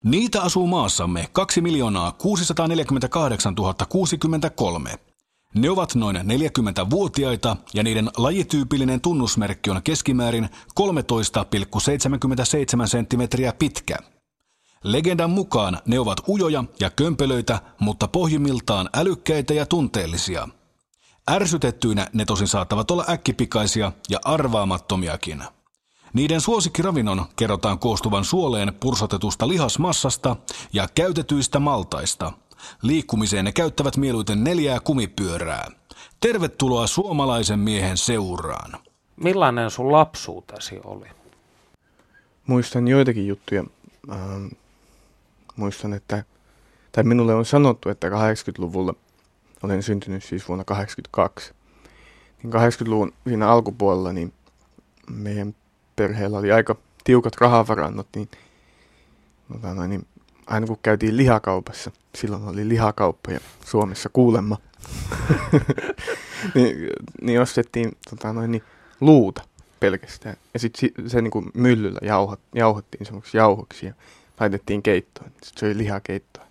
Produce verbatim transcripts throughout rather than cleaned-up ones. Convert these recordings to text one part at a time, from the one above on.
Niitä asuu maassamme kaksi miljoonaa kuusisataaneljäkymmentäkahdeksantuhatta kuusikymmentäkolme. Ne ovat noin neljäkymmentävuotiaita ja niiden lajityypillinen tunnusmerkki on keskimäärin kolmetoista pilkku seitsemänkymmentäseitsemän senttimetriä pitkä. Legendan mukaan ne ovat ujoja ja kömpelöitä, mutta pohjimmiltaan älykkäitä ja tunteellisia. Ärsytettyinä ne tosin saattavat olla äkkipikaisia ja arvaamattomiakin. Niiden suosikkiravinnon kerrotaan koostuvan suoleen pursotetusta lihasmassasta ja käytetyistä maltaista. Liikkumiseen ne käyttävät mieluiten neljää kumipyörää. Tervetuloa suomalaisen miehen seuraan. Millainen sun lapsuutesi oli? Muistan joitakin juttuja. Ähm, muistan, että, tai minulle on sanottu, että kahdeksankymmentäluvulla, olen syntynyt siis vuonna kahdeksankymmentäkaksi, niin kahdeksankymmentäluvun siinä alkupuolella niin meidän perheellä oli aika tiukat rahavarannot, niin, no, niin aina kun käytiin lihakaupassa, silloin oli lihakauppoja Suomessa kuulemma, niin, niin ostettiin tota, noin, niin, luuta pelkästään. Ja sitten se, se niin kuin myllyllä jauhot, jauhottiin semmoiksi jauhoksi ja laitettiin keittoon. Sitten se oli lihakeittoa.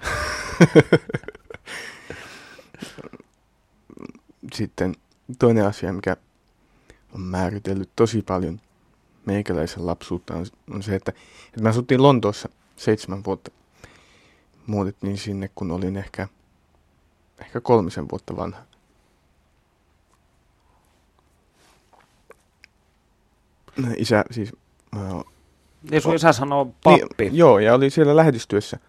Sitten toinen asia, mikä on määritellyt tosi paljon meikäläisen lapsuutta, on, on se, että, että me asuttiin Lontoossa seitsemän vuotta. Muutettiin sinne, kun olin ehkä, ehkä kolmisen vuotta vanha. Isä siis... Uh, niin sun isä sanoo pappi. Niin, joo, ja oli siellä lähetystyössä.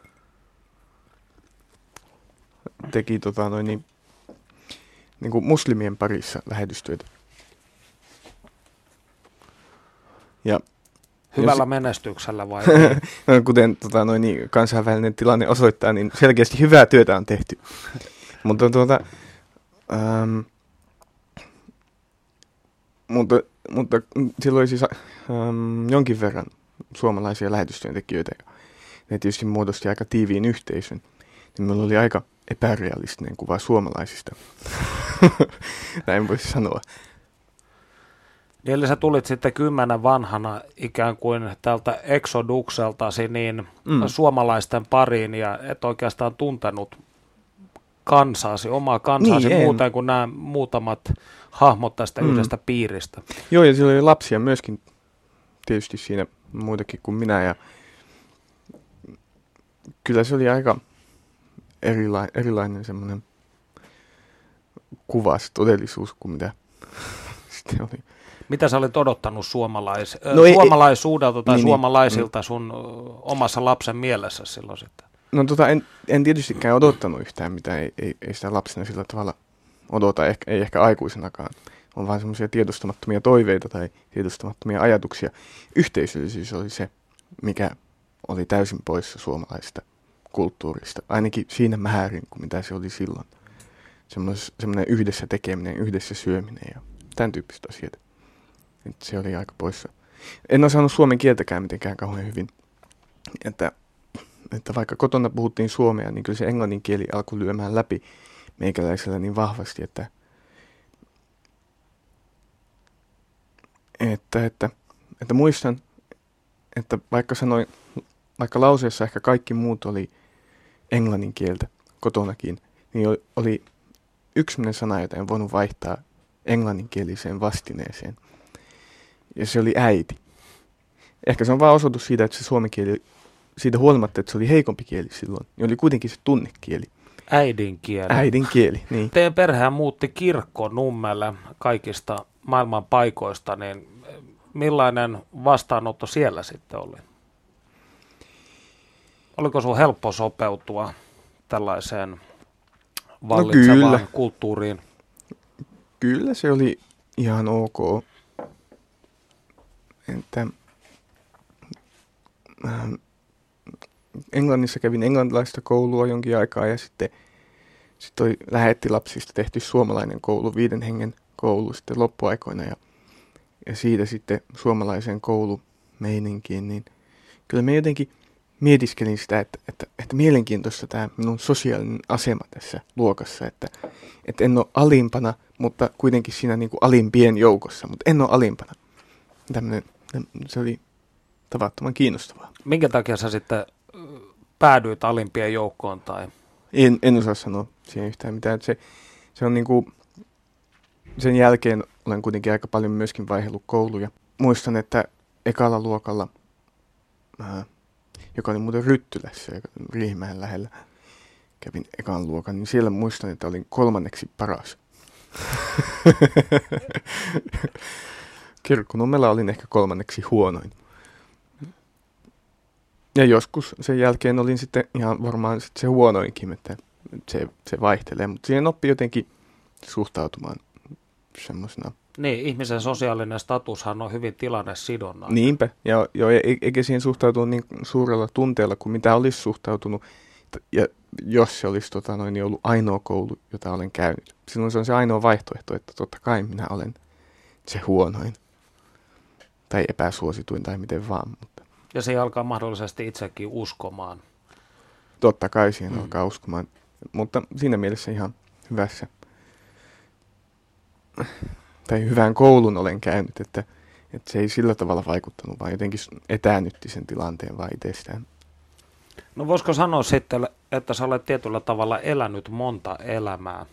Teki tota noin niin, niin kuin muslimien parissa lähetystyötä. Ja hyvällä jos, menestyksellä vai? no, kuten tota noin niin, kansainvälinen tilanne osoittaa, niin selkeästi hyvää työtä on tehty. Mutta tuota... Ähm, mutta Mutta silloin oli siis ähm, jonkin verran suomalaisia lähetystyöntekijöitä, ja ne tietysti muodosti aika tiiviin yhteisön. Niin minulla oli aika epärealistinen kuva suomalaisista. Näin voisi sanoa. Eli sä tulit sitten kymmenen vanhana ikään kuin tältä exodukseltasi niin mm. suomalaisten pariin, ja et oikeastaan tuntenut kansaasi, omaa kansaasi niin, muuten kuin nämä muutamat hahmot tästä mm. yhdestä piiristä. Joo, ja siellä oli lapsia myöskin tietysti siinä muitakin kuin minä, ja kyllä se oli aika erila- erilainen semmoinen kuva, todellisuus kuin mitä sitten oli. Mitä sä olit odottanut suomalais- no suomalaisuudelta tai niin, suomalaisilta sun omassa lapsen mielessä silloin sitten? No tota, en, en tietystikään odottanut yhtään mitään, ei, ei, ei sitä lapsena sillä tavalla odota, ehkä, ei ehkä aikuisenakaan. On vaan semmoisia tiedostamattomia toiveita tai tiedostamattomia ajatuksia. Yhteisöllisyys oli se, mikä oli täysin poissa suomalaisesta kulttuurista, ainakin siinä määrin kuin mitä se oli silloin. Semmoinen yhdessä tekeminen, yhdessä syöminen ja tämän tyyppiset asiat. Et se oli aika poissa. En osannut suomen kieltäkään mitenkään kauhean hyvin, että että vaikka kotona puhuttiin suomea, niin kyllä se englannin kieli alkoi lyömään läpi meikäläisellä niin vahvasti, että, että, että, että muistan, että vaikka sanoin, vaikka lauseessa ehkä kaikki muut oli englannin kieltä kotonakin, niin oli yksi sana, jota en voinut vaihtaa englanninkieliseen vastineeseen. Ja se oli äiti. Ehkä se on vaan osoitus siitä, että se suomen kieli, siitä huolimatta, että se oli heikompi kieli silloin, niin oli kuitenkin se tunnekieli. Äidinkieli. Äidinkieli, niin. Teidän perhehän muutti Kirkkonummelle kaikista maailman paikoista, niin millainen vastaanotto siellä sitten oli? Oliko sun helppo sopeutua tällaiseen vallitsevaan no kyllä. kulttuuriin? Kyllä se oli ihan ok. Että, ähm, Englannissa kävin englantilaista koulua jonkin aikaa ja sitten sit oli lähettilapsista tehty suomalainen koulu, viiden hengen koulu sitten loppuaikoina ja, ja siitä sitten suomalaisen koulumeininkiin, niin kyllä me jotenkin mietiskelin sitä, että, että, että mielenkiintoista tämä minun sosiaalinen asema tässä luokassa, että, että en ole alimpana, mutta kuitenkin siinä niin kuin alimpien joukossa, mutta en ole alimpana. Tämmönen, se oli tavattoman kiinnostavaa. Minkä takia sä sitten päädyit alimpien joukkoon? Tai? En, en osaa sanoa siihen yhtään mitään. Se, se on niinku, sen jälkeen olen kuitenkin aika paljon myöskin vaihdellut kouluja. Muistan, että ekalla luokalla, ää, joka oli muuten Ryttylässä, Riihimäen lähellä, kävin ekan luokan, niin siellä muistan, että olin kolmanneksi paras. Kirkkonummella olin ehkä kolmanneksi huonoin. Ja joskus sen jälkeen olin sitten ihan varmaan sit se huonoinkin, että se, se vaihtelee, mutta siihen oppii jotenkin suhtautumaan semmoisena. Niin, ihmisen sosiaalinen statushan on hyvin tilannesidonnainen. Niinpä, ja jo, eikä siihen suhtautua niin suurella tunteella kuin mitä olisi suhtautunut, ja jos se olisi tota, noin, niin ollut ainoa koulu, jota olen käynyt. Silloin se on se ainoa vaihtoehto, että totta kai minä olen se huonoin, tai epäsuosituin, tai miten vaan. Mutta ja se alkaa mahdollisesti itsekin uskomaan. Totta kai siihen mm. alkaa uskomaan, mutta siinä mielessä ihan hyvässä, tai hyvän koulun olen käynyt, että, että se ei sillä tavalla vaikuttanut, vaan jotenkin etäännytti sen tilanteen vaan itsestään. No voisiko sanoa sitten, että sä olet tietyllä tavalla elänyt monta elämää?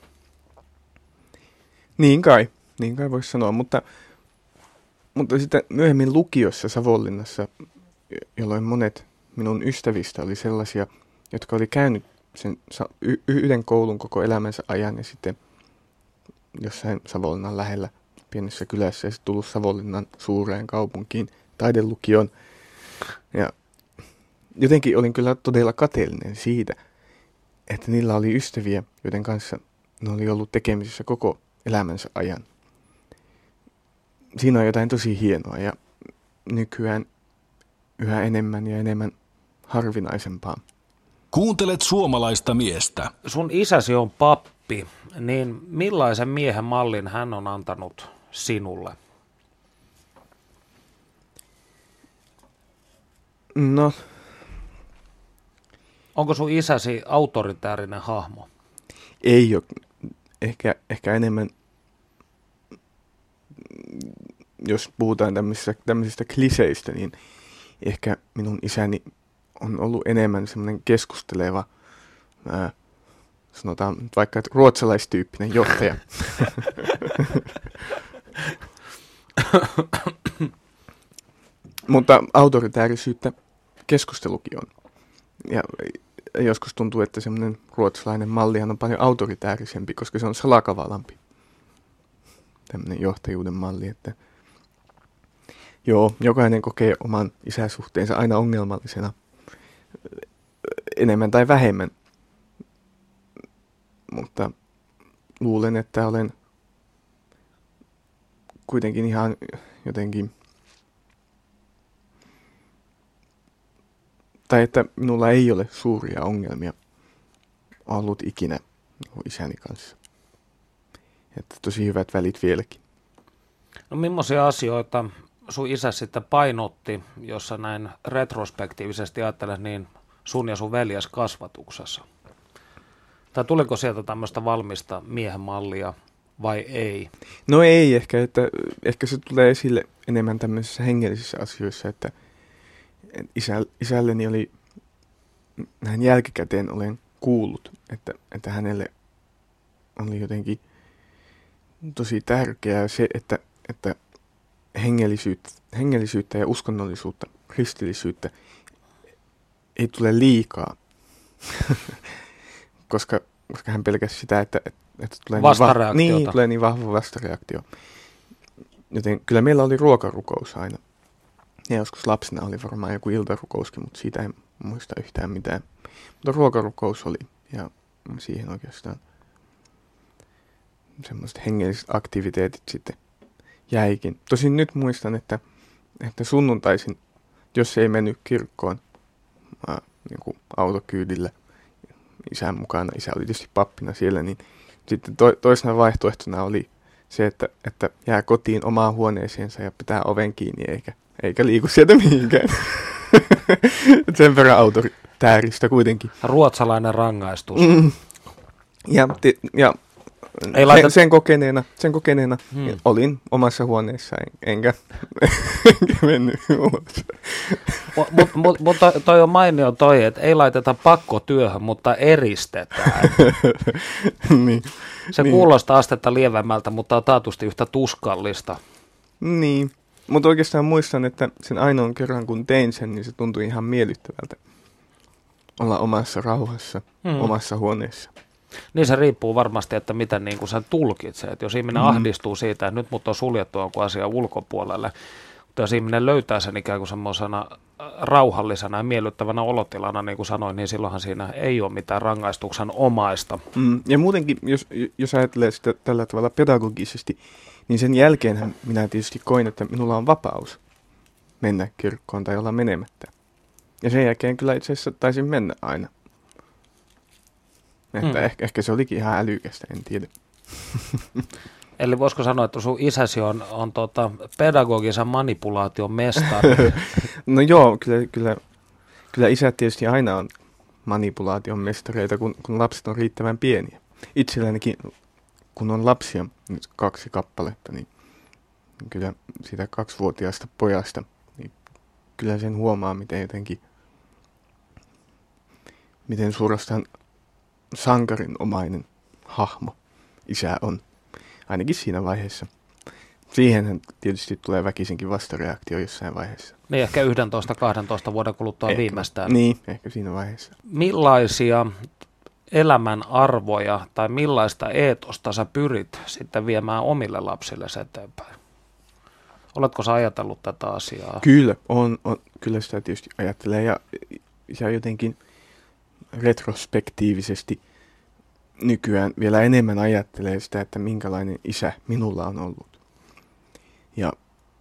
Niin kai, niin kai voisi sanoa, mutta, mutta sitten myöhemmin lukiossa Savonlinnassa, jolloin monet minun ystävistä oli sellaisia, jotka oli käynyt sen y- yhden koulun koko elämänsä ajan ja sitten jossain Savonlinnan lähellä pienessä kylässä ja sitten tullut Savonlinnan suureen kaupunkiin taidelukioon. Ja jotenkin olin kyllä todella kateellinen siitä, että niillä oli ystäviä, joiden kanssa ne oli ollut tekemisissä koko elämänsä ajan. Siinä on jotain tosi hienoa ja nykyään yhä enemmän ja enemmän harvinaisempaa. Kuuntelet suomalaista miestä. Sun isäsi on pappi, niin millaisen miehen mallin hän on antanut sinulle? No. Onko sun isäsi autoritäärinen hahmo? Ei ole. Ehkä, ehkä enemmän, jos puhutaan tämmöisistä, tämmöisistä kliseistä, niin ehkä minun isäni on ollut enemmän semmoinen keskusteleva, ää, sanotaan vaikka että ruotsalaistyyppinen johtaja. Mutta autoritäärisyyttä keskustelukin on. Ja joskus tuntuu, että semmoinen ruotsalainen mallihan on paljon autoritäärisempi, koska se on salakavalampi. Tämmöinen johtajuuden malli, että joo, jokainen kokee oman isäsuhteensa aina ongelmallisena, enemmän tai vähemmän. Mutta luulen, että olen kuitenkin ihan jotenkin, tai että minulla ei ole suuria ongelmia ollut ikinä isäni kanssa. Että tosi hyvät välit vieläkin. No millaisia asioita sun isä sitten painotti, jos sä näin retrospektiivisesti ajattelet, niin sun ja sun veljes kasvatuksessa? Tai tuliko sieltä tämmöistä valmista miehen mallia vai ei? No ei ehkä, että ehkä se tulee esille enemmän tämmöisissä hengellisissä asioissa, että isä, isälleni oli, näin jälkikäteen olen kuullut, että, että hänelle oli jotenkin tosi tärkeää se, että, että hengellisyyttä, hengellisyyttä ja uskonnollisuutta, kristillisyyttä ei tule liikaa, koska, koska hän pelkäsi sitä, että, että tulee, niin vahva, niin, tulee niin vahva vastareaktio. Joten kyllä meillä oli ruokarukous aina. Ja joskus lapsena oli varmaan joku iltarukouskin, mutta siitä en muista yhtään mitään. Mutta ruokarukous oli ja siihen oikeastaan semmoiset hengelliset aktiviteetit sitten jäikin. Tosin nyt muistan, että, että sunnuntaisin, jos ei mennyt kirkkoon ää, niin kuin autokyydillä isän mukana, isä oli tietysti pappina siellä, niin sitten to, toisena vaihtoehtona oli se, että, että jää kotiin omaan huoneeseensa ja pitää oven kiinni eikä, eikä liiku sieltä mihinkään. Sen verran autoritääristä kuitenkin. Ruotsalainen rangaistus. Mm. Ja, te, ja Ei laita... sen, sen kokeneena, sen kokeneena hmm. olin omassa huoneessa, en, enkä, enkä mennyt ulos. Mutta mut, mut toi, toi on mainio toi, että ei laiteta pakkotyöhön, mutta eristetään. niin, Se niin. kuulostaa astetta lievämmältä, mutta on taatusti yhtä tuskallista. Niin, mutta oikeastaan muistan, että sen ainoan kerran kun tein sen, niin se tuntui ihan miellyttävältä olla omassa rauhassa, hmm. omassa huoneessa. Niin se riippuu varmasti, että miten niin kuin sen tulkitsee. Että jos ihminen mm. ahdistuu siitä, että nyt mut on suljettu jonkun asian ulkopuolelle, mutta jos ihminen löytää sen ikään kuin semmoisena rauhallisena ja miellyttävänä olotilana, niin kuin sanoin, niin silloinhan siinä ei ole mitään rangaistuksen omaista. Mm. Ja muutenkin, jos, jos ajattelee sitä tällä tavalla pedagogisesti, niin sen jälkeenhän minä tietysti koin, että minulla on vapaus mennä kirkkoon tai olla menemättä. Ja sen jälkeen kyllä itse asiassa taisin mennä aina. Että hmm. ehkä, ehkä se olikin ihan älykästä, en tiedä. Eli voisiko sanoa, että sun isäsi on, on tota pedagogisen manipulaation mestari? No joo, kyllä, kyllä, kyllä isät tietysti aina on manipulaation mestareita, kun, kun lapset on riittävän pieniä. Itsellänikin, kun on lapsia, nyt kaksi kappaletta, niin kyllä siitä kaksivuotiaasta pojasta, niin kyllä sen huomaa, miten jotenkin, miten suorastaan sankarinomainen hahmo isä on, ainakin siinä vaiheessa. Siihenhän tietysti tulee väkisinkin vastareaktio jossain vaiheessa. Niin ehkä yksitoista kaksitoista vuoden kuluttua ehkä, viimeistään. Niin, ehkä siinä vaiheessa. Millaisia elämän arvoja tai millaista eetosta sä pyrit sitten viemään omille lapsille eteenpäin? Oletko sä ajatellut tätä asiaa? Kyllä, on, on, kyllä sitä tietysti ajattelee ja, ja jotenkin retrospektiivisesti nykyään vielä enemmän ajattelee sitä, että minkälainen isä minulla on ollut. Ja,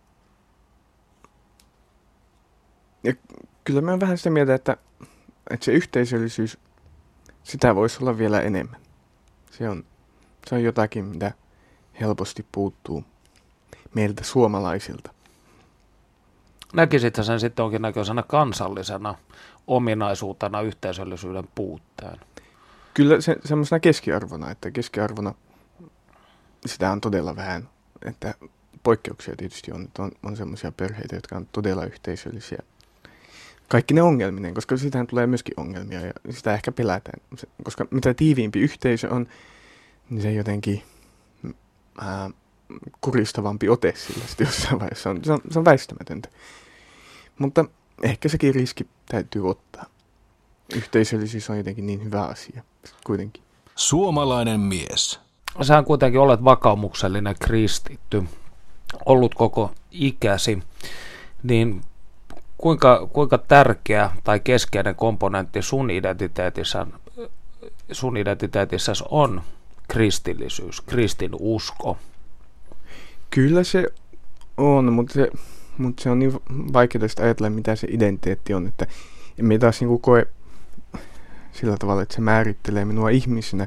ja kyllä mä oon vähän sitä mieltä, että, että se yhteisöllisyys, sitä voisi olla vielä enemmän. Se on, se on jotakin, mitä helposti puuttuu meiltä suomalaisilta. Näkisitkö sen sitten onkin näköisenä kansallisena ominaisuutena yhteisöllisyyden puutteen? Kyllä se, semmoisena keskiarvona, että keskiarvona sitä on todella vähän, että poikkeuksia tietysti on, että on, on semmoisia perheitä, jotka on todella yhteisöllisiä. Kaikki ne ongelminen, koska siitähän tulee myöskin ongelmia ja sitä ehkä pelätään, koska mitä tiiviimpi yhteisö on, niin se jotenkin ää, kuristavampi ote sillä sitten jossain vaiheessa on. Se on, se on väistämätöntä. Mutta ehkä sekin riski täytyy ottaa. Yhteisöllisyys on jotenkin niin hyvä asia kuitenkin. Suomalainen mies. Sähän kuitenkin olet vakaumuksellinen kristitty, ollut koko ikäsi, niin kuinka, kuinka tärkeä tai keskeinen komponentti sun identiteetissä, sun identiteetissä on kristillisyys, kristin usko? Kyllä se on, mutta se, mutta se on niin vaikeaa ajatella, mitä se identiteetti on, että en minä taas niin koe sillä tavalla, että se määrittelee minua ihmisenä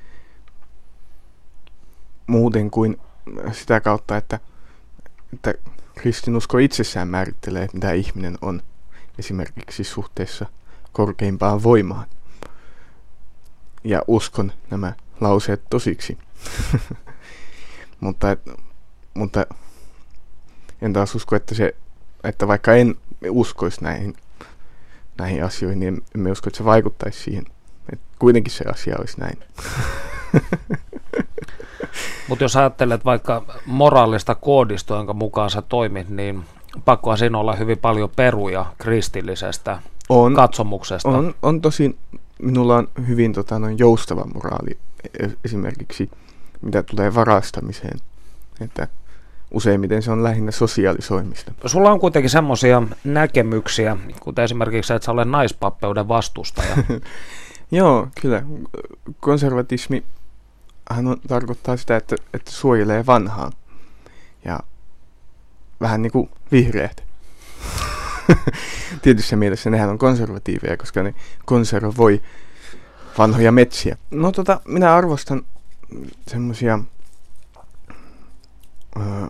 muuten kuin sitä kautta, että, että kristinusko itsessään määrittelee, että mitä ihminen on esimerkiksi suhteessa korkeimpaan voimaan. Ja uskon nämä lauseet tosiksi. mutta, mutta en taas usko, että, se, että vaikka en uskoisi näihin, näihin asioihin, niin emme usko, että se vaikuttaisi siihen. Että kuitenkin se asia olisi näin. Mutta jos ajattelet vaikka moraalista koodistoa, jonka mukaan sä toimit, niin pakkohan siinä olla hyvin paljon peruja kristillisestä on, katsomuksesta. On, on tosin, minulla on hyvin tota, noin joustava moraali esimerkiksi, mitä tulee varastamiseen, että useimmiten se on lähinnä sosiaalisoimista. Sulla on kuitenkin semmoisia näkemyksiä, kuten esimerkiksi, että sä olet naispappeuden vastustaja. Joo, kyllä. Konservatismi hän tarkoittaa sitä, että, että suojelee vanhaa. Ja vähän niin kuin vihreät. Tietyssä mielessä nehän on konservatiiveja, koska ne konservoi vanhoja metsiä. No tota, minä arvostan semmoisia ö,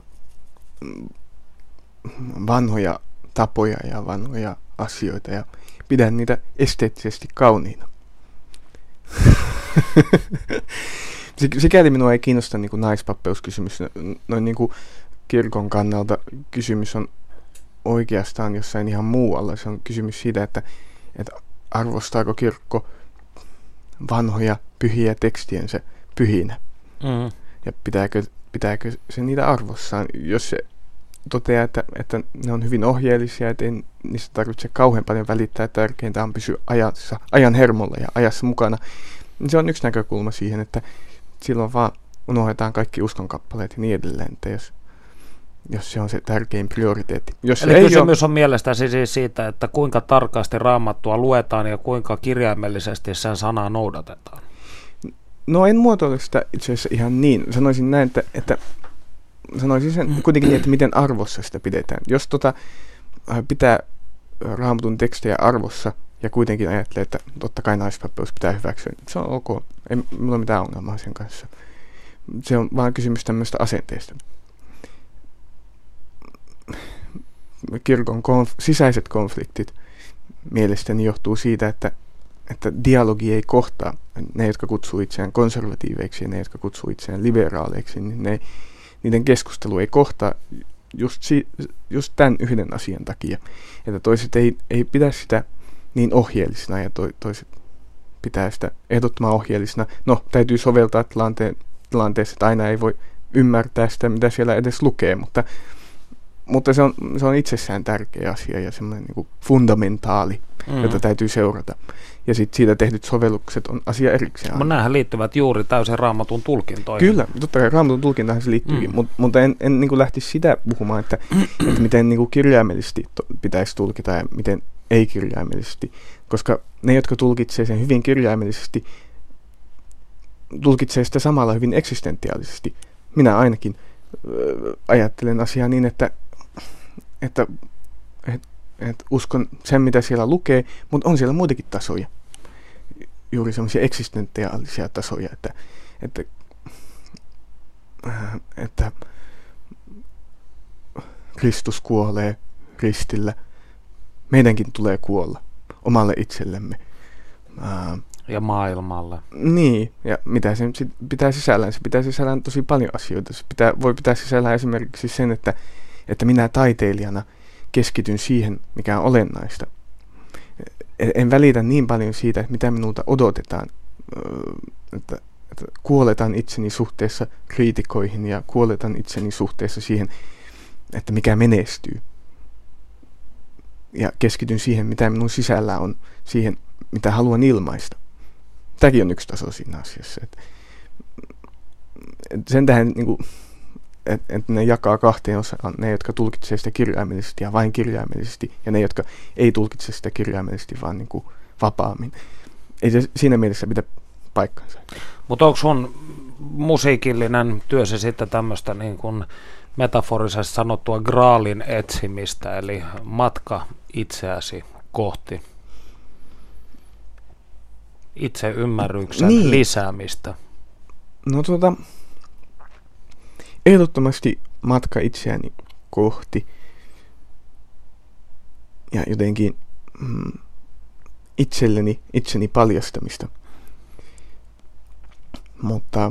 vanhoja tapoja ja vanhoja asioita ja pidän niitä esteettisesti kauniina. Sikäli minua ei kiinnosta niin kuin naispapeuskysymys. Noin niin kuin kirkon kannalta kysymys on oikeastaan jossain ihan muualla. Se on kysymys siitä, että, että arvostaako kirkko vanhoja pyhiä tekstiensä pyhinä. Mm. Ja pitääkö, pitääkö se niitä arvossaan. Jos se toteaa, että, että ne on hyvin ohjeellisia, että ei niistä tarvitse kauhean paljon välittää, että tärkeintä on pysyä ajassa, ajan hermolla ja ajassa mukana, niin se on yksi näkökulma siihen, että silloin vaan unohdetaan kaikki uskonkappaleet ja niin edelleen, että jos, jos se on se tärkein prioriteetti. Jos Eli ei kysymys ole... on mielestäsi siis siitä, että kuinka tarkasti Raamattua luetaan ja kuinka kirjaimellisesti sen sanaa noudatetaan. No en muotoile sitä itse asiassa ihan niin. Sanoisin näin, että, että sanoisin sen kuitenkin niin, että miten arvossa sitä pidetään. Jos tota, pitää Raamatun tekstejä arvossa ja kuitenkin ajattelee, että totta kai naispapeus pitää hyväksyä, se on ok. Ei minulla ole mitään ongelmaa sen kanssa. Se on vaan kysymys tämmöistä asenteesta. Kirkon konf- sisäiset konfliktit mielestäni johtuu siitä, että, että dialogi ei kohtaa. Ne, jotka kutsuu itseään konservatiiveiksi ja ne, jotka kutsuu itseään liberaaleiksi, niin ne, niiden keskustelu ei kohtaa just, si- just tämän yhden asian takia. Että toiset ei, ei pidä sitä niin ohjeellisena ja to- toiset pitää sitä ehdottoman ohjeellisena. No, täytyy soveltaa tilanteen, tilanteessa, että aina ei voi ymmärtää sitä, mitä siellä edes lukee, mutta, mutta se, on, se on itsessään tärkeä asia ja semmoinen niin kuin fundamentaali, mm. jota täytyy seurata. Ja sitten siitä tehdyt sovellukset on asia erikseen. Mutta nämähän liittyvät juuri täysin Raamatun tulkintoihin. Kyllä, totta kai Raamatun tulkintahan se liittyykin, mm. Mut, mutta en, en niin kuin lähtisi sitä puhumaan, että, että miten niin kuin kirjaimellisesti to, pitäisi tulkita ja miten ei kirjaimellisesti. Koska ne, jotka tulkitsee sen hyvin kirjaimellisesti, tulkitsee sitä samalla hyvin eksistentiaalisesti. Minä ainakin äh, ajattelen asiaa niin, että, että et, et uskon sen, mitä siellä lukee, mutta on siellä muitakin tasoja. Juuri semmoisia eksistentiaalisia tasoja, että, että, äh, että Kristus kuolee ristillä. Meidänkin tulee kuolla omalle itsellemme. Äh, ja maailmalle. Niin, ja mitä se sit pitää sisällään? Se pitää sisällään tosi paljon asioita. Se pitää, voi pitää sisällään esimerkiksi sen, että, että minä taiteilijana keskityn siihen, mikä on olennaista. En välitä niin paljon siitä, että mitä minulta odotetaan, että, että kuoletan itseni suhteessa kriitikoihin ja kuoletan itseni suhteessa siihen, että mikä menestyy. Ja keskityn siihen, mitä minun sisällä on, siihen, mitä haluan ilmaista. Tämäkin on yksi taso siinä asiassa. Et, et sen tähän, niinku, että et ne jakaa kahteen osaan, ne, jotka tulkitsee sitä kirjaimellisesti ja vain kirjaimellisesti, ja ne, jotka ei tulkitse sitä kirjaimellisesti, vaan niinku vapaammin. Ei se siinä mielessä pidä paikkansa. Mutta onko sun musiikillinen työsi sitten tämmöistä niin kuin metaforisesti sanottua graalin etsimistä, eli matka itseäsi kohti itseymmärryksen niin. lisäämistä? No tuota, ehdottomasti matka itseäni kohti ja jotenkin mm, itselleni, itseni paljastamista. Mutta,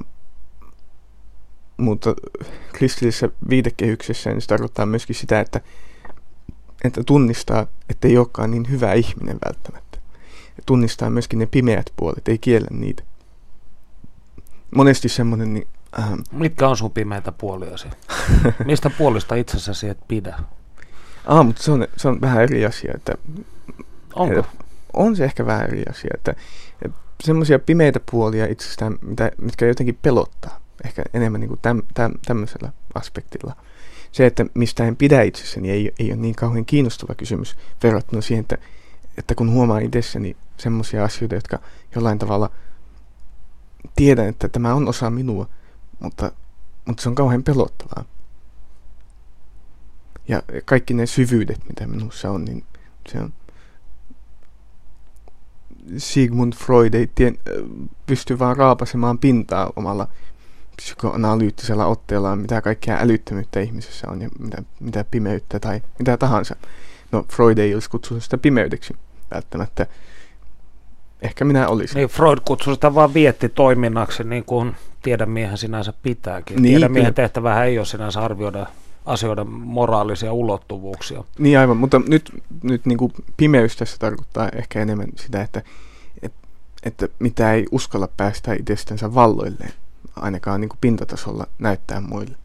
mutta kristillisessä viitekehyksessä niin se tarkoittaa myöskin sitä, että, että tunnistaa, että ei olekaan niin hyvä ihminen välttämättä. Ja tunnistaa myöskin ne pimeät puolet, ei kiellä niitä. Monesti semmoinen... Niin, äh, mitkä on sun pimeitä puoliasi? Mistä puolista itsessäsi et pidä? Ah, mutta se on, se on vähän eri asia. Että, onko? Että, on se ehkä vähän eri asia. Että, että semmoisia pimeitä puolia itsestään, mitä, mitkä jotenkin pelottaa. Ehkä enemmän niin kuin täm, täm, tämmöisellä aspektilla. Se, että mistä en pidä itsessäni, ei, ei ole niin kauhean kiinnostava kysymys verrattuna siihen, että, että kun huomaa itsessäni semmoisia asioita, jotka jollain tavalla tiedän, että tämä on osa minua, mutta, mutta se on kauhean pelottavaa. Ja kaikki ne syvyydet, mitä minussa on, niin se on... Sigmund Freud ei tien, pysty vaan raapasemaan pintaa omalla psykoanalyyttisellä otteellaan, mitä kaikkea älyttömyyttä ihmisessä on ja mitä, mitä pimeyttä tai mitä tahansa. No Freud ei olisi kutsunut sitä pimeydeksi välttämättä. Eh, ehkä minä olisin. Niin Freud kutsui sitä vaan viettitoiminnaksi, niin kuin tiedemiehen sinänsä pitääkin. Niin, tiedemiehen tehtävähän ei ole sinänsä arvioida asioiden moraalisia ulottuvuuksia. Niin aivan, mutta nyt, nyt niin kuin pimeys tässä tarkoittaa ehkä enemmän sitä, että, että, että mitä ei uskalla päästä itsestänsä valloilleen, ainakaan niin kuin pintatasolla näyttää muille.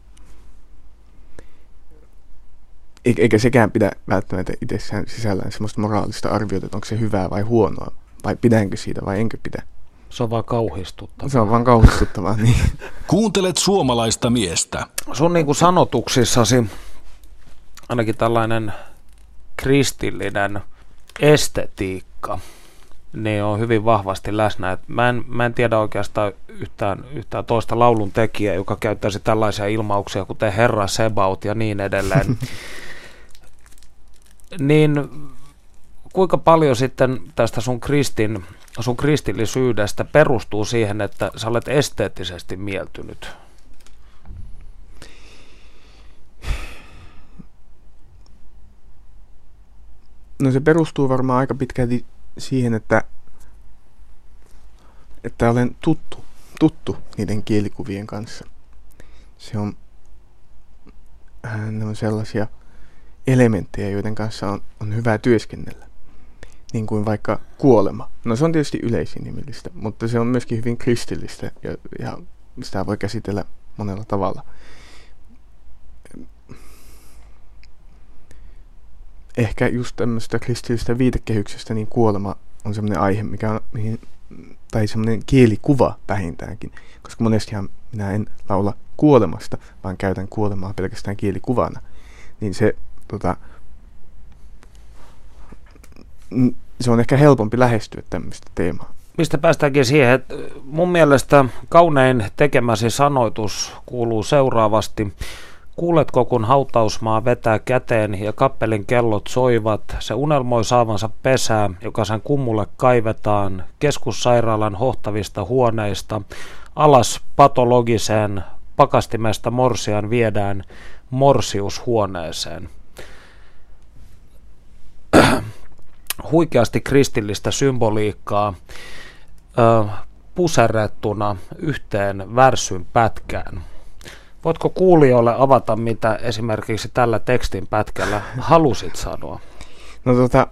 Eikä sekään pidä välttämättä itsessään sisällään semmoista moraalista arviota, että onko se hyvää vai huonoa, vai pidänkö siitä vai enkö pidä. Se on vaan kauhistuttavaa. Se on vaan kauhistuttavaa, niin. Kuuntelet suomalaista miestä. Sun niin kuin sanotuksissasi ainakin tällainen kristillinen estetiikka niin on hyvin vahvasti läsnä. Et mä, en, mä en tiedä oikeastaan yhtään, yhtään toista laulun tekijää, joka käyttäisi tällaisia ilmauksia, kuten Herra Sebaot ja niin edelleen. Niin kuinka paljon sitten tästä sun, kristin, sun kristillisyydestä perustuu siihen, että sä olet esteettisesti mieltynyt? No se perustuu varmaan aika pitkälti siihen, että, että olen tuttu, tuttu niiden kielikuvien kanssa. Se on, ne on sellaisia elementtejä, joiden kanssa on, on hyvä työskennellä. Niin kuin vaikka kuolema. No se on tietysti yleisinhimillistä, mutta se on myöskin hyvin kristillistä ja, ja sitä voi käsitellä monella tavalla. Ehkä just tämmöistä kristillistä viitekehyksestä, niin kuolema on semmoinen aihe, mikä on, mihin, tai semmoinen kielikuva vähintäänkin. Koska monestihan minä en laula kuolemasta, vaan käytän kuolemaa pelkästään kielikuvana. Niin se, tota, se on ehkä helpompi lähestyä tämmöistä teemaa. Mistä päästäänkin siihen, että mun mielestä kaunein tekemäsi sanoitus kuuluu seuraavasti. Kuuletko, kun hautausmaa vetää käteen ja kappelin kellot soivat, se unelmoi saavansa pesää, joka sen kummulle kaivetaan, keskussairaalan hohtavista huoneista, alas patologiseen pakastimesta morsian viedään morsiushuoneeseen. Huikeasti kristillistä symboliikkaa ö, puserrettuna yhteen värssyn pätkään. Voitko kuulijoille avata, mitä esimerkiksi tällä tekstin pätkällä halusit sanoa? No tota,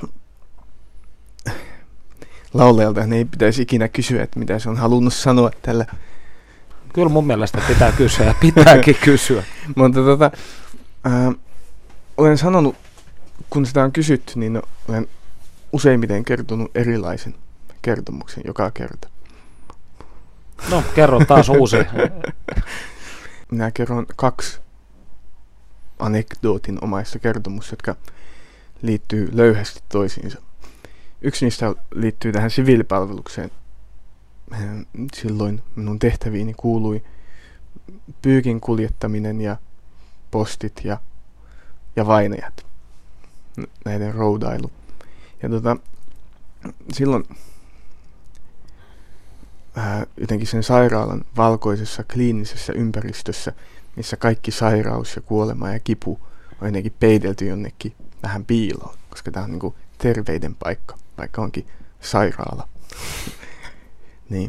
laulajalta ei pitäisi ikinä kysyä, että mitä se on halunnut sanoa tällä. Kyllä mun mielestä pitää kysyä ja pitääkin kysyä. Mutta tota, äh, olen sanonut, kun sitä on kysytty, niin olen useimmiten kertonut erilaisen kertomuksen joka kerta. No, kerro taas uusi. Minä kerron kaksi anekdootinomaista kertomusta, jotka liittyy löyhästi toisiinsa. Yksi niistä liittyy tähän siviilipalvelukseen. Silloin minun tehtäviini kuului pyykin kuljettaminen ja postit ja, ja vainajat, näiden roudailu. Ja tota, silloin ää, jotenkin sen sairaalan valkoisessa kliinisessä ympäristössä, missä kaikki sairaus ja kuolema ja kipu on jotenkin peitelty jonnekin vähän piiloon, koska tämä on niinku terveiden paikka, vaikka onkin sairaala. Niin.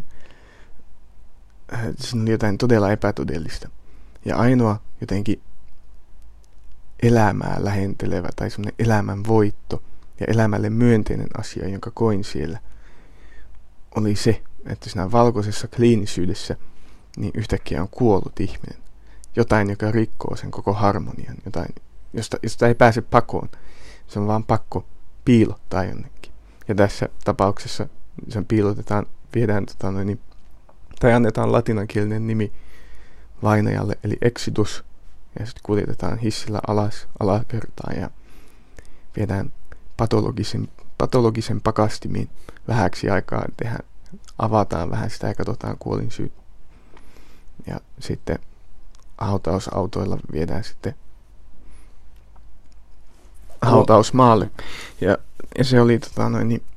Siinä oli jotain todella epätodellista. Ja ainoa jotenkin elämää lähentelevä tai semmoinen elämän voitto ja elämälle myönteinen asia, jonka koin siellä, oli se, että siinä valkoisessa kliinisyydessä niin yhtäkkiä on kuollut ihminen. Jotain, joka rikkoo sen koko harmonian, jotain, josta, josta ei pääse pakoon. Se on vaan pakko piilottaa jonnekin. Ja tässä tapauksessa sen piilotetaan, viedään tota noin, tai annetaan latinankielinen nimi vainajalle, eli exodus, ja sitten kuljetetaan hissillä alas alakertaan ja viedään patologisen, patologisen pakastimiin vähäksi aikaa, tehdään, avataan vähän sitä ja katsotaan kuolinsyyt. Ja sitten hautausautoilla viedään sitten hautausmaalle. Ja, ja se oli tota noin niin,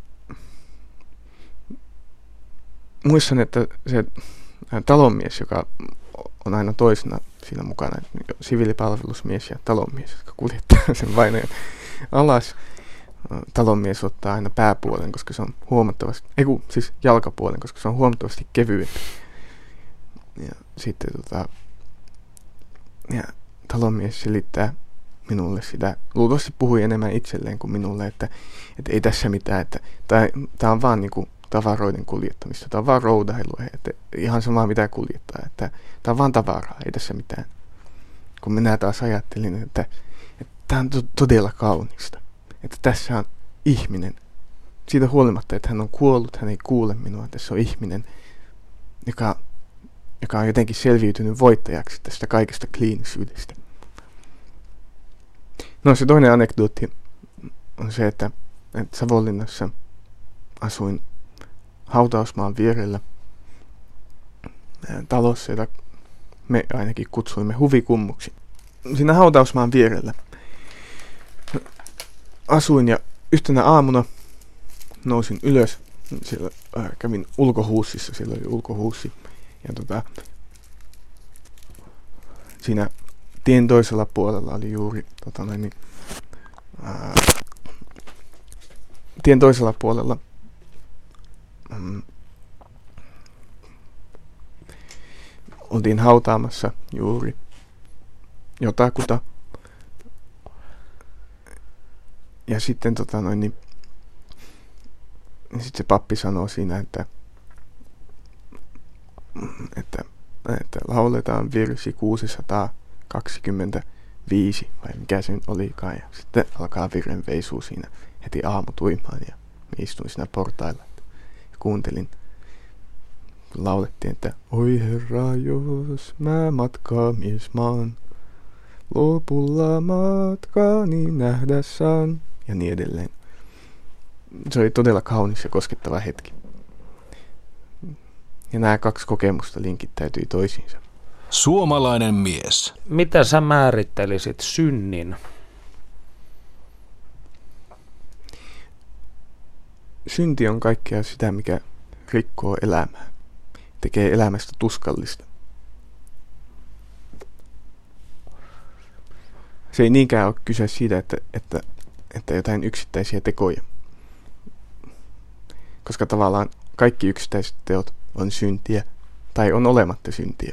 muistan, että se talonmies, joka on aina toisena siinä mukana, siviilipalvelusmies ja talonmies, jotka kuljettaa sen vainajan alas, talonmies ottaa aina pääpuolen, koska se on huomattavasti, ei kun, siis jalkapuolen, koska se on huomattavasti kevyempi. Ja sitten tota, ja talonmies selittää minulle sitä, luultavasti puhui enemmän itselleen kuin minulle, että, että ei tässä mitään, että tämä on vaan niinku tavaroiden kuljettamista, tämä on vaan roudailua, että ihan sama mitä kuljettaa, että tämä on vaan tavaraa, ei tässä mitään. Kun minä taas ajattelin, että tämä on to- todella kaunista, että tässä on ihminen, siitä huolimatta, että hän on kuollut, hän ei kuule minua, tässä on ihminen, joka, joka on jotenkin selviytynyt voittajaksi tästä kaikesta kliinisyydestä. No se toinen anekdootti on se, että, että Savonlinnassa asuin hautausmaan vierellä talossa, jota me ainakin kutsuimme huvikummuksi. Siinä hautausmaan vierellä asuin ja yhtenä aamuna nousin ylös. Siellä äh, kävin ulkohuussissa, siellä oli ulkohuussi. Ja tota, siinä tien toisella puolella oli juuri tota noin, ää, tien toisella puolella mm, oltiin hautaamassa juuri jotakuta. Ja sitten tota noin, niin, sitten se pappi sanoo siinä, että, että, että lauletaan virsi kuusisataakaksikymmentäviisi, vai mikä se nyt olikaan. Ja sitten alkaa virren veisuu siinä heti aamutuimaan ja istuin siinä portailla ja kuuntelin. Laulettiin, että oi herra, jos mä matkaa mies maan, lopulla matkaani nähdä saan, ja niin edelleen. Se oli todella kaunis ja koskettava hetki. Ja nämä kaksi kokemusta linkittäytyi toisiinsa. Suomalainen mies. Miten sä määrittelisit synnin? Synti on kaikkea sitä, mikä rikkoo elämää. Tekee elämästä tuskallista. Se ei niinkään ole kyse siitä, että, että, että jotain yksittäisiä tekoja. Koska tavallaan kaikki yksittäiset teot on syntiä tai on olematta syntiä.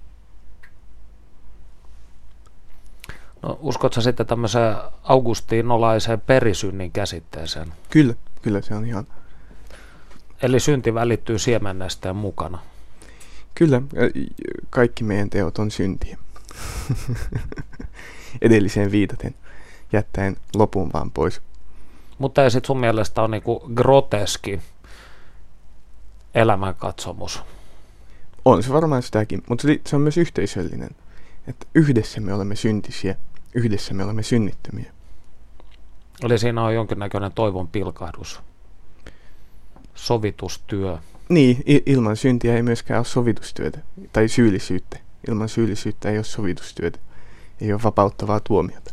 No, uskotko sä sitten tämmöiseen augustinolaiseen perisynnin käsitteeseen? Kyllä, kyllä se on ihan. Eli synti välittyy siemennestä mukana. Kyllä, kaikki meidän teot on syntiä. Edelliseen viitaten, jättäen lopun vaan pois. Mutta ei sit sun mielestä ole niinku groteski elämänkatsomus? On se varmaan sitäkin, mutta se on myös yhteisöllinen. Että yhdessä me olemme syntisiä, yhdessä me olemme synnittömiä. Eli siinä on jonkinnäköinen toivon pilkahdus. Sovitustyö. Niin, ilman syntiä ei myöskään ole sovitustyötä, tai syyllisyyttä. Ilman syyllisyyttä ei ole sovitustyötä. Ei ole vapauttavaa tuomiota.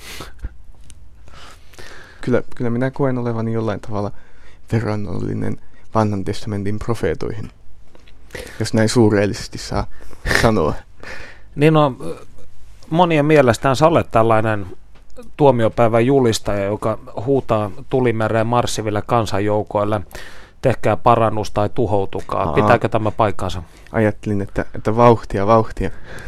Kyllä, kyllä minä koen olevani jollain tavalla verrannollinen vanhan testamentin profeetoihin, jos näin suureellisesti saa sanoa. Niin on, monien mielestään sä olet tällainen tuomiopäivän julistaja, joka huutaa tulimereen marssiville kansanjoukoille, tehkää parannus tai tuhoutukaa. Aa, pitääkö tämä paikkansa? Ajattelin, että, että vauhtia, vauhtia.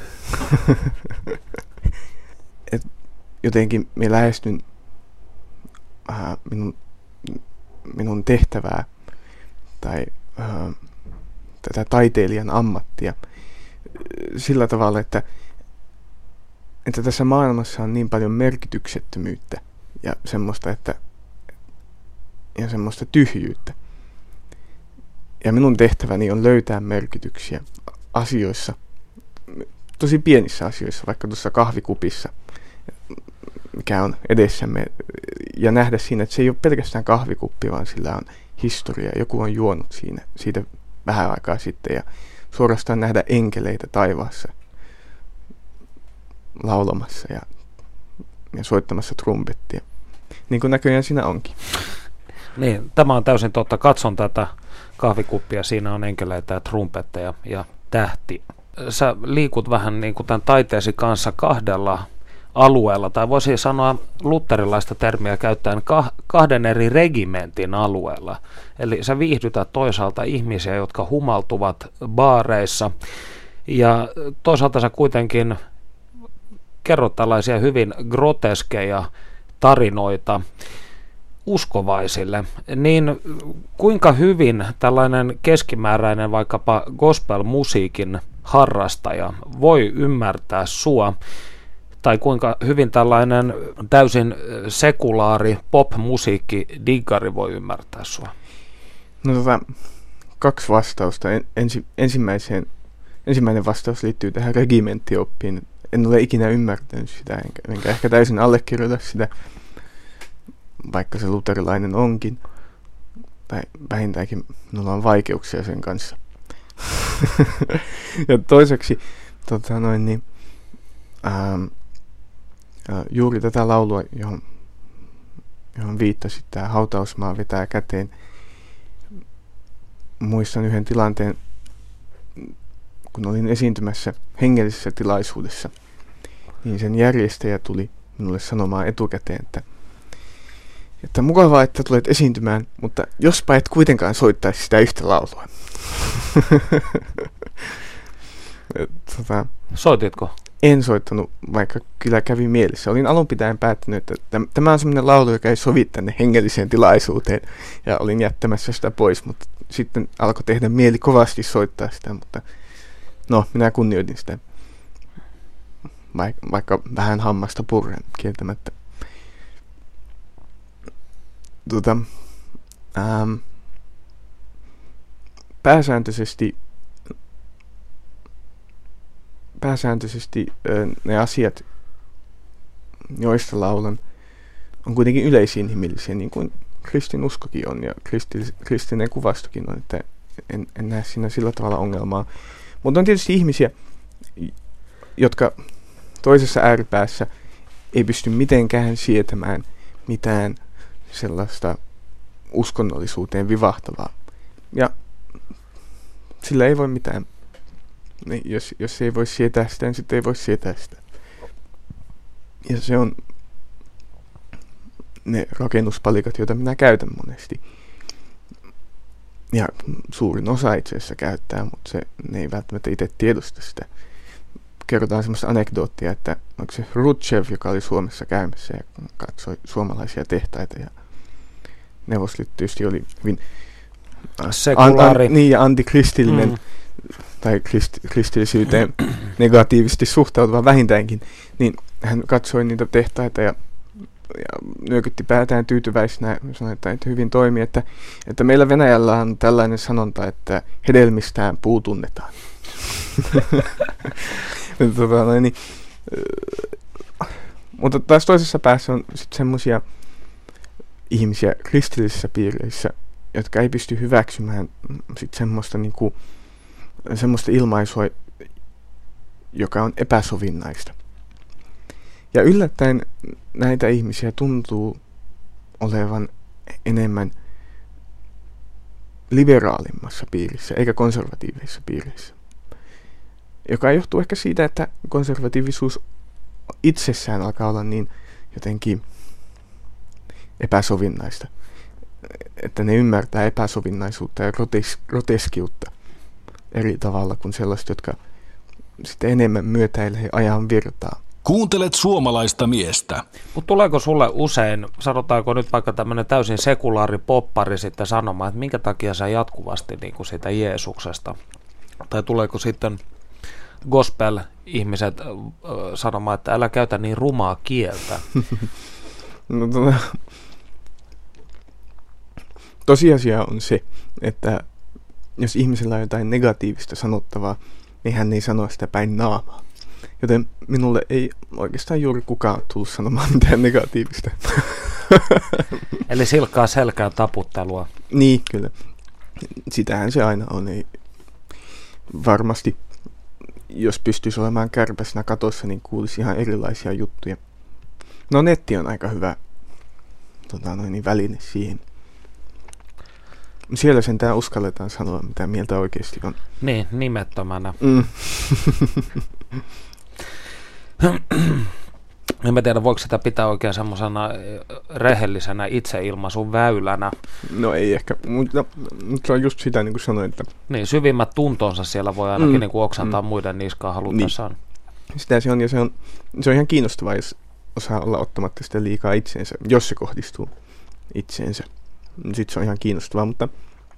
Et jotenkin minä lähestyn äh, minun, minun tehtävää tai äh, tätä taiteilijan ammattia sillä tavalla, että, että tässä maailmassa on niin paljon merkityksettömyyttä ja semmoista, että, ja semmoista tyhjyyttä. Ja minun tehtäväni on löytää merkityksiä asioissa, tosi pienissä asioissa, vaikka tuossa kahvikupissa, mikä on edessämme, ja nähdä siinä, että se ei ole pelkästään kahvikuppi, vaan sillä on historia. Joku on juonut siinä, siitä vähän aikaa sitten, ja suorastaan nähdä enkeleitä taivaassa laulamassa ja, ja soittamassa trumpettia. Niin kuin näköjään siinä onkin. Niin, tämä on täysin totta. Katson tätä kahvikuppia, siinä on enkeleitä ja trumpetteja ja tähti. Sä liikut vähän niin kuin tämän taiteesi kanssa kahdella alueella, tai voisi sanoa luterilaista termiä käyttäen kahden eri regimentin alueella. Eli sä viihdytät toisaalta ihmisiä, jotka humaltuvat baareissa, ja toisaalta sä kuitenkin kerrot tällaisia hyvin groteskeja tarinoita uskovaisille, niin kuinka hyvin tällainen keskimääräinen vaikkapa gospel-musiikin harrastaja voi ymmärtää sua, tai kuinka hyvin tällainen täysin sekulaari pop-musiikki-diggari voi ymmärtää sua? No tota, kaksi vastausta. En, ensi, ensimmäiseen, ensimmäinen vastaus liittyy tähän regimenttioppiin. En ole ikinä ymmärtänyt sitä, enkä, enkä ehkä täysin allekirjoita sitä, vaikka se luterilainen onkin. Tai vähintäänkin minulla on vaikeuksia sen kanssa. Ja toiseksi, tota noin, niin, ähm, äh, juuri tätä laulua, johon, johon viittasit, tämä Hautausmaa vetää käteen. Muistan yhden tilanteen, kun olin esiintymässä hengellisessä tilaisuudessa, niin sen järjestäjä tuli minulle sanomaan etukäteen, että, että mukavaa, että tulet esiintymään, mutta jospa et kuitenkaan soittaisi sitä yhtä laulua. tota, Soititko? En soittanut, vaikka kyllä kävi mielessä. Olin alun pitäen päättänyt, että tämä on sellainen laulu, joka ei sovi tänne hengelliseen tilaisuuteen, ja olin jättämässä sitä pois, mutta sitten alkoi tehdä mieli kovasti soittaa sitä, mutta no, minä kunnioitin sitä, vaikka, vaikka vähän hammasta purren kieltämättä. Tuota, ähm, pääsääntöisesti pääsääntöisesti äh, ne asiat, joista laulan, on kuitenkin yleisinhimillisiä, niin kuin kristinuskokin on ja kristi, kristinen kuvastokin on, että en, en näe siinä sillä tavalla ongelmaa. Mutta on tietysti ihmisiä, jotka toisessa ääripäässä ei pysty mitenkään sietämään mitään sellaista uskonnollisuuteen vivahtavaa. Ja sillä ei voi mitään. Jos, jos ei voi sietää sitä, niin sitten ei voi sietää sitä. Ja se on ne rakennuspalikat, joita minä käytän monesti. Ja suurin osa itse asiassa käyttää, mutta se, ne ei välttämättä itse tiedosta sitä. Kerrotaan semmoista anekdoottia, että onko se Rutschev, joka oli Suomessa käymässä ja katsoi suomalaisia tehtaita. Ja Neuvostoliitto tietysti oli hyvin sekulaari. An, an, niin ja antikristillinen. Mm. tai krist, kristillisyyteen negatiivisesti suhtautuva vähintäänkin, niin hän katsoi niitä tehtaita ja, ja nyökytti päätään tyytyväisenä ja sanoi, että hyvin toimii, että, että meillä Venäjällä on tällainen sanonta, että hedelmistään puu tunnetaan. tota, no, niin, mutta taas toisessa päässä on sitten semmoisia ihmisiä kristillisissä piireissä, jotka ei pysty hyväksymään sit semmoista niinku semmoista ilmaisua, joka on epäsovinnaista. Ja yllättäen näitä ihmisiä tuntuu olevan enemmän liberaalimmassa piirissä, eikä konservatiivisissa piireissä. Joka johtuu ehkä siitä, että konservatiivisuus itsessään alkaa olla niin jotenkin epäsovinnaista. Että ne ymmärtää epäsovinnaisuutta ja grotes- groteskiutta eri tavalla kuin sellaiset, jotka sitten enemmän myötäilee ajan virtaa. Kuuntelet suomalaista miestä. Mutta tuleeko sulle usein, sanotaanko nyt vaikka tämmöinen täysin sekulaari poppari sitten sanomaan, että minkä takia sä jatkuvasti niin kuin siitä Jeesuksesta? Tai tuleeko sitten gospel-ihmiset äh, sanomaan, että älä käytä niin rumaa kieltä? No, tuota, tosiasia on se, että jos ihmisellä on jotain negatiivista sanottavaa, niin hän ei sano sitä päin naamaa. Joten minulle ei oikeastaan juuri kukaan tullut sanomaan mitään negatiivista. Eli silkkaa selkään taputtelua. Niin, kyllä. Sitähän se aina on. Ei varmasti, jos pystyisi olemaan kärpäsenä katossa, niin kuulisi ihan erilaisia juttuja. No, netti on aika hyvä tota, noin, väline siihen. Siellä sentään uskalletaan sanoa, mitä mieltä oikeasti on. Niin, nimettömänä. Mm. En mä tiedä, voiko sitä pitää oikein semmoisena rehellisenä itseilmaisun väylänä. No ei ehkä, mutta, mutta se on just sitä, niin kuin sanoin, että... Niin, syvimmät tuntonsa siellä voi ainakin mm, niin kuin oksantaa mm, muiden niskaan halutessaan. Niin. Sitä se on, ja se on, se on ihan kiinnostavaa, jos osaa olla ottamatta sitä liikaa itseensä, jos se kohdistuu itseensä. Sitten se on ihan kiinnostavaa, mutta,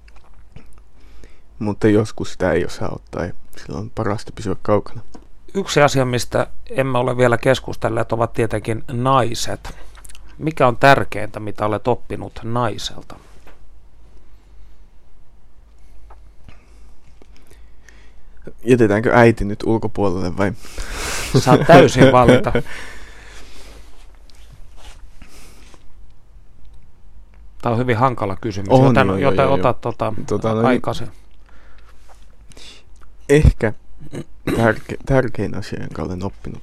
mutta joskus sitä ei osaa ottaa, ja silloin on parasta pysyä kaukana. Yksi asia, mistä emme ole vielä keskustelleet, ovat tietenkin naiset. Mikä on tärkeintä, mitä olet oppinut naiselta? Jätetäänkö äiti nyt ulkopuolelle vai? Saat täysin valita. Tämä on hyvin hankala kysymys, on, joten, joo, joten joo, ota joo. Tota, tota, no, aikaisin. Ehkä tärke, tärkein asia, jonka olen oppinut,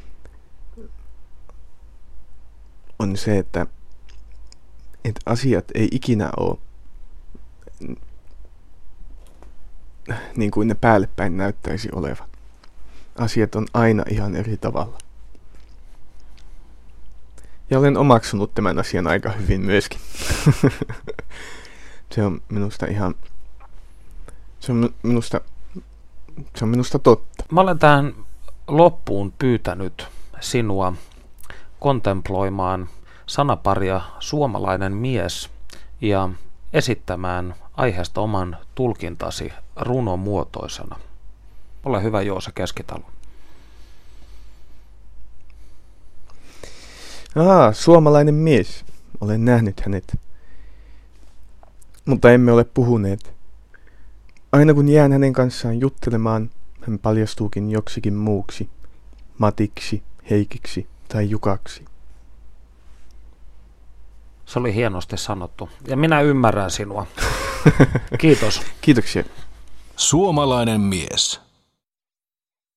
on se, että, että asiat ei ikinä ole niin kuin ne päälle päin näyttäisi olevan. Asiat on aina ihan eri tavalla. Ja olen omaksunut tämän asian aika hyvin myöskin. Se on minusta ihan... Se on minusta... Se on minusta totta. Mä olen tähän loppuun pyytänyt sinua kontemploimaan sanaparia suomalainen mies ja esittämään aiheesta oman tulkintasi runomuotoisena. Ole hyvä, Joose Keskitalo. Aa, suomalainen mies. Olen nähnyt hänet. Mutta emme ole puhuneet. Aina kun jään hänen kanssaan juttelemaan, hän paljastuukin joksikin muuksi. Matiksi, Heikiksi tai Jukaksi. Se oli hienosti sanottu. Ja minä ymmärrän sinua. Kiitos. Kiitoksia. Suomalainen mies.